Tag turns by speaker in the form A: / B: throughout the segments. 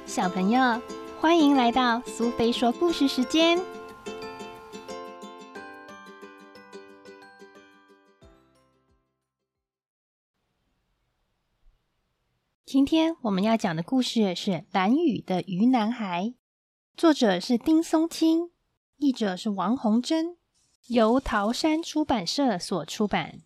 A: 小朋友，欢迎来到苏菲说故事时间。今天我们要讲的故事是《蓝雨的鱼男孩》，作者是丁松青，译者是王洪珍，由桃山出版社所出版。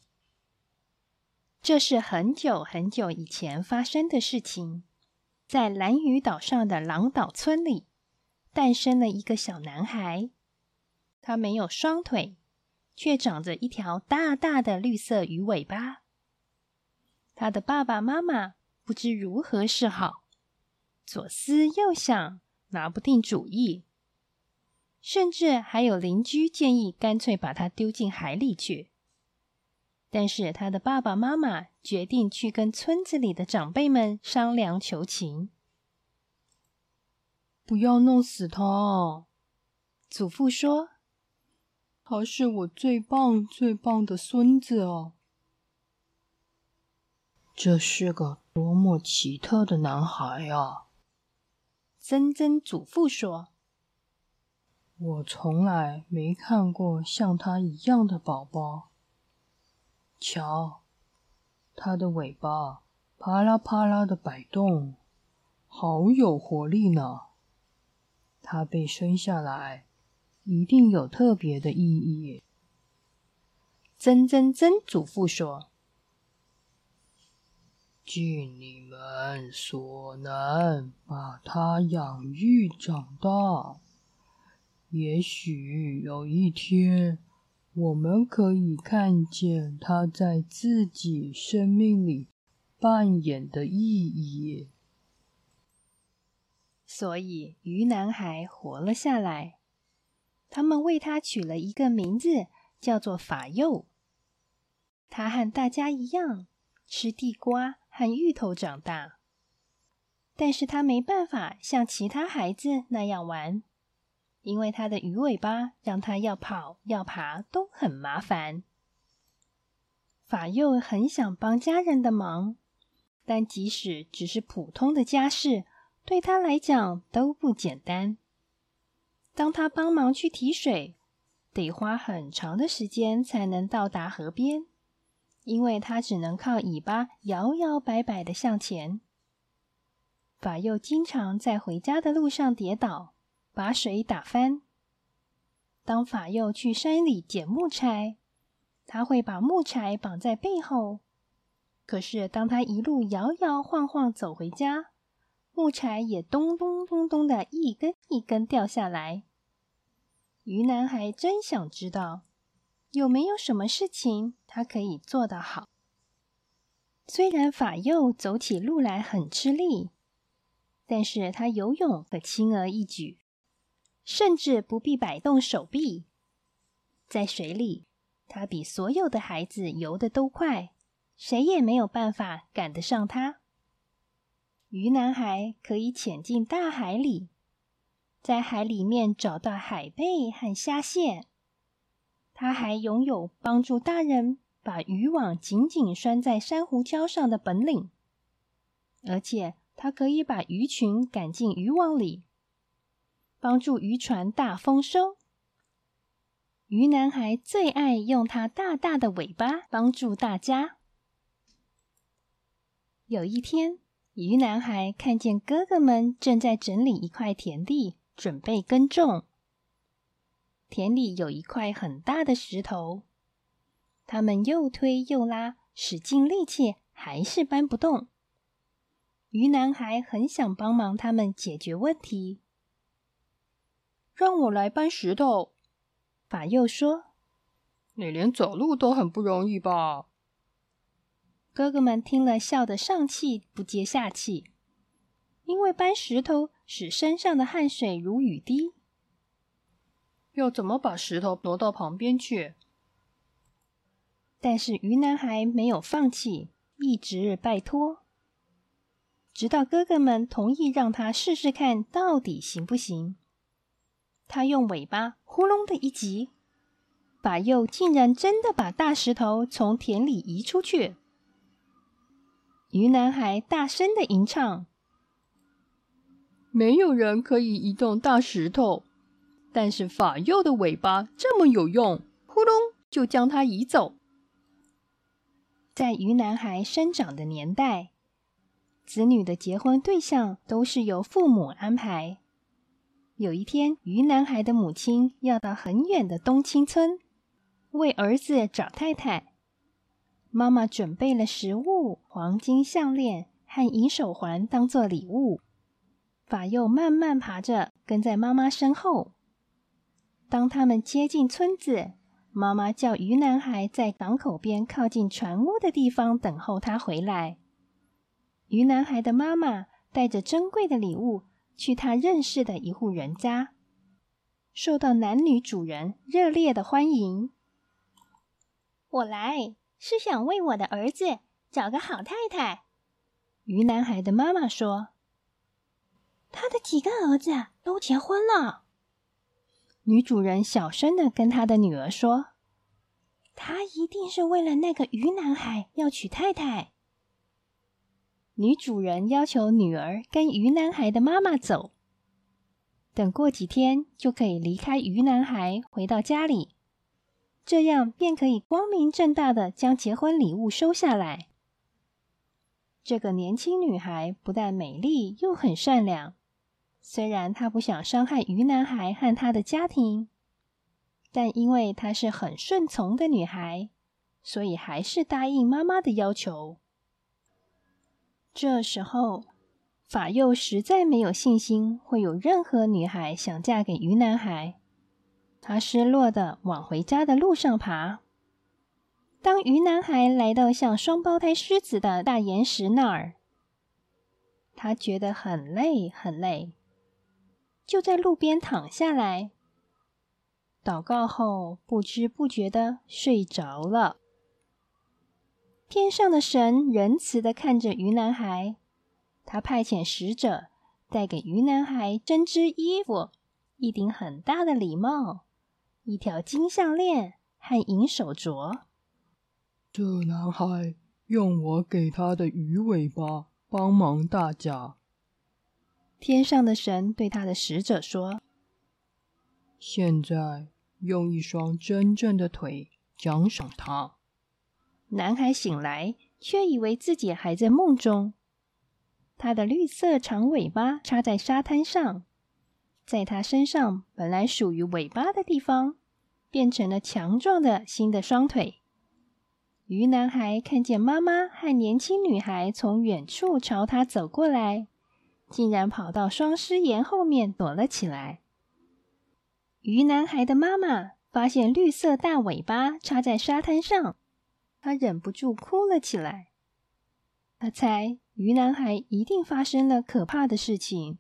A: 这是很久很久以前发生的事情，在蓝屿岛上的狼岛村里，诞生了一个小男孩。他没有双腿，却长着一条大大的绿色鱼尾巴。他的爸爸妈妈不知如何是好，左思右想，拿不定主意，甚至还有邻居建议干脆把他丢进海里去。但是他的爸爸妈妈决定去跟村子里的长辈们商量求情。
B: 不要弄死他，
A: 祖父说，
B: 他是我最棒最棒的孙子哦。这是个多么奇特的男孩啊！
A: 曾曾祖父说，
B: 我从来没看过像他一样的宝宝。瞧，他的尾巴啪啦啪啦的摆动，好有活力呢。他被生下来，一定有特别的意义。
A: 曾曾曾祖父说，
B: 尽你们所能把他养育长大。也许有一天，我们可以看见他在自己生命里扮演的意义。
A: 所以鱼男孩活了下来。他们为他取了一个名字，叫做法佑。他和大家一样，吃地瓜和芋头长大。但是他没办法像其他孩子那样玩，因为他的鱼尾巴让他要跑要爬都很麻烦。法佑很想帮家人的忙，但即使只是普通的家事，对他来讲都不简单。当他帮忙去提水，得花很长的时间才能到达河边，因为他只能靠尾巴摇摇摆摆地向前。法佑经常在回家的路上跌倒，把水打翻。当法佑去山里捡木柴，他会把木柴绑在背后，可是当他一路摇摇晃晃走回家，木柴也咚咚咚咚的一根一根掉下来。鱼男孩真想知道，有没有什么事情他可以做得好。虽然法佑走起路来很吃力，但是他游泳可轻而易举，甚至不必摆动手臂。在水里，他比所有的孩子游得都快，谁也没有办法赶得上他。鱼男孩可以潜进大海里，在海里面找到海贝和虾蟹。他还拥有帮助大人把渔网紧紧拴在珊瑚礁上的本领，而且他可以把鱼群赶进渔网里，帮助渔船大丰收。鱼男孩最爱用他大大的尾巴帮助大家。有一天，鱼男孩看见哥哥们正在整理一块田地，准备耕种。田里有一块很大的石头，他们又推又拉，使尽力气，还是搬不动。鱼男孩很想帮忙他们解决问题。
B: 让我来搬石头，
A: 法佑说。
B: 你连走路都很不容易吧？
A: 哥哥们听了笑得上气不接下气，因为搬石头使身上的汗水如雨滴。
B: 要怎么把石头挪到旁边去？
A: 但是鱼男孩没有放弃，一直拜托，直到哥哥们同意让他试试看到底行不行。他用尾巴呼隆的一击，法佑竟然真的把大石头从田里移出去。鱼男孩大声的吟唱，
B: 没有人可以移动大石头，但是法佑的尾巴这么有用，呼隆就将它移走。
A: 在鱼男孩生长的年代，子女的结婚对象都是由父母安排。有一天，鱼男孩的母亲要到很远的东青村为儿子找太太。妈妈准备了食物、黄金项链和银手环当作礼物。法佑慢慢爬着，跟在妈妈身后。当他们接近村子，妈妈叫鱼男孩在港口边靠近船屋的地方等候他回来。鱼男孩的妈妈带着珍贵的礼物去他认识的一户人家，受到男女主人热烈的欢迎。我来是想为我的儿子找个好太太。鱼男孩的妈妈说，他的几个儿子都结婚了。女主人小声地跟她的女儿说，他一定是为了那个鱼男孩要娶太太。女主人要求女儿跟鱼男孩的妈妈走，等过几天就可以离开鱼男孩回到家里，这样便可以光明正大的将结婚礼物收下来。这个年轻女孩不但美丽又很善良，虽然她不想伤害鱼男孩和他的家庭，但因为她是很顺从的女孩，所以还是答应妈妈的要求。这时候，法佑实在没有信心会有任何女孩想嫁给鱼男孩，他失落地往回家的路上爬。当鱼男孩来到像双胞胎狮子的大岩石那儿，他觉得很累很累，就在路边躺下来，祷告后不知不觉地睡着了。天上的神仁慈地看着鱼男孩，他派遣使者带给鱼男孩针织衣服、一顶很大的礼帽、一条金项链和银手镯。
B: 这男孩用我给他的鱼尾巴帮忙大家。
A: 天上的神对他的使者说，
B: 现在用一双真正的腿奖赏他。
A: 男孩醒来，却以为自己还在梦中。他的绿色长尾巴插在沙滩上，在他身上本来属于尾巴的地方，变成了强壮的新的双腿。鱼男孩看见妈妈和年轻女孩从远处朝他走过来，竟然跑到双狮岩后面躲了起来。鱼男孩的妈妈发现绿色大尾巴插在沙滩上，她忍不住哭了起来。她猜鱼男孩一定发生了可怕的事情。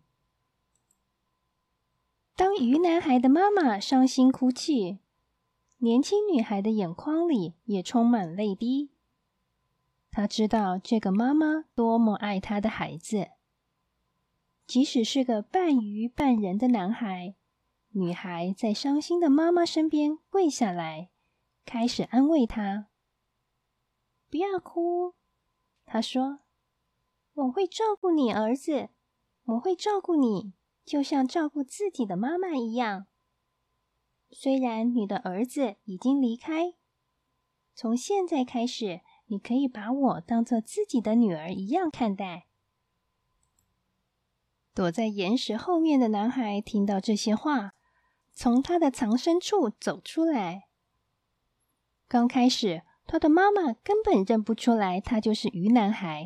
A: 当鱼男孩的妈妈伤心哭泣，年轻女孩的眼眶里也充满泪滴。她知道这个妈妈多么爱她的孩子。即使是个半鱼半人的男孩，女孩在伤心的妈妈身边跪下来，开始安慰她。不要哭，她说，我会照顾你儿子，我会照顾你，就像照顾自己的妈妈一样。虽然你的儿子已经离开，从现在开始，你可以把我当作自己的女儿一样看待。躲在岩石后面的男孩听到这些话，从他的藏身处走出来。刚开始，他的妈妈根本认不出来他就是鱼男孩。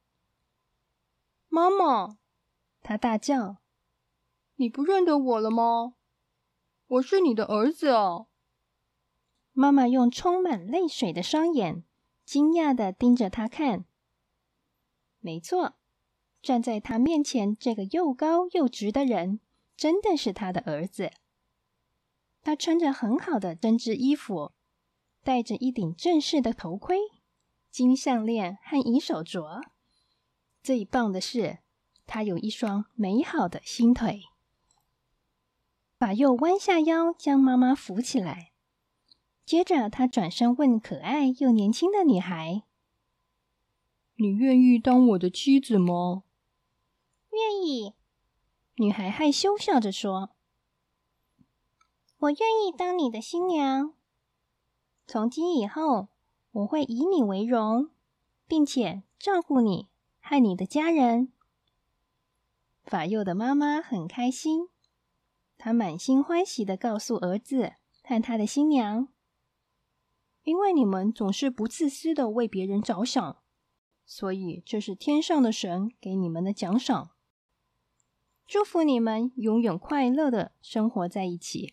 A: 妈妈，他大叫，你不认得我了吗？我是你的儿子哦。妈妈用充满泪水的双眼惊讶地盯着他看。没错，站在他面前这个又高又直的人真的是他的儿子。他穿着很好的针织衣服，戴着一顶正式的头盔、金项链和银手镯。最棒的是，他有一双美好的新腿。法佑弯下腰将妈妈扶起来，接着他转身问可爱又年轻的女孩，
B: 你愿意当我的妻子吗？
A: 愿意。 女孩害羞笑着说：“我愿意当你的新娘。从今以后，我会以你为荣，并且照顾你和你的家人。”法佑的妈妈很开心，她满心欢喜地告诉儿子和他的新娘：“因为你们总是不自私地为别人着想，所以这是天上的神给你们的奖赏。祝福你们永远快乐地生活在一起。”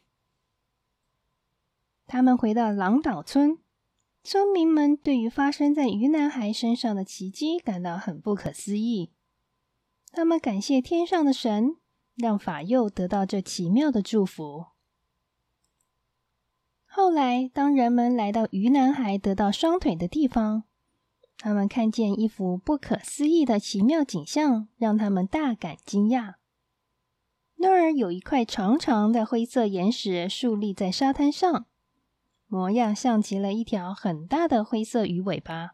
A: 他们回到狼岛村，村民们对于发生在鱼男孩身上的奇迹感到很不可思议。他们感谢天上的神，让法佑得到这奇妙的祝福。后来，当人们来到鱼男孩得到双腿的地方，他们看见一幅不可思议的奇妙景象，让他们大感惊讶。那儿有一块长长的灰色岩石竖立在沙滩上，模样像极了一条很大的灰色鱼尾巴。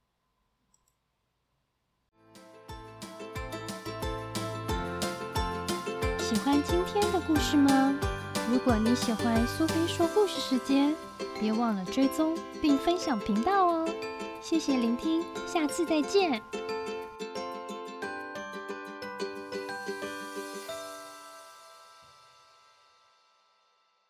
A: 喜欢今天的故事吗？如果你喜欢苏菲说故事时间，别忘了追踪并分享频道哦。谢谢聆听，下次再见。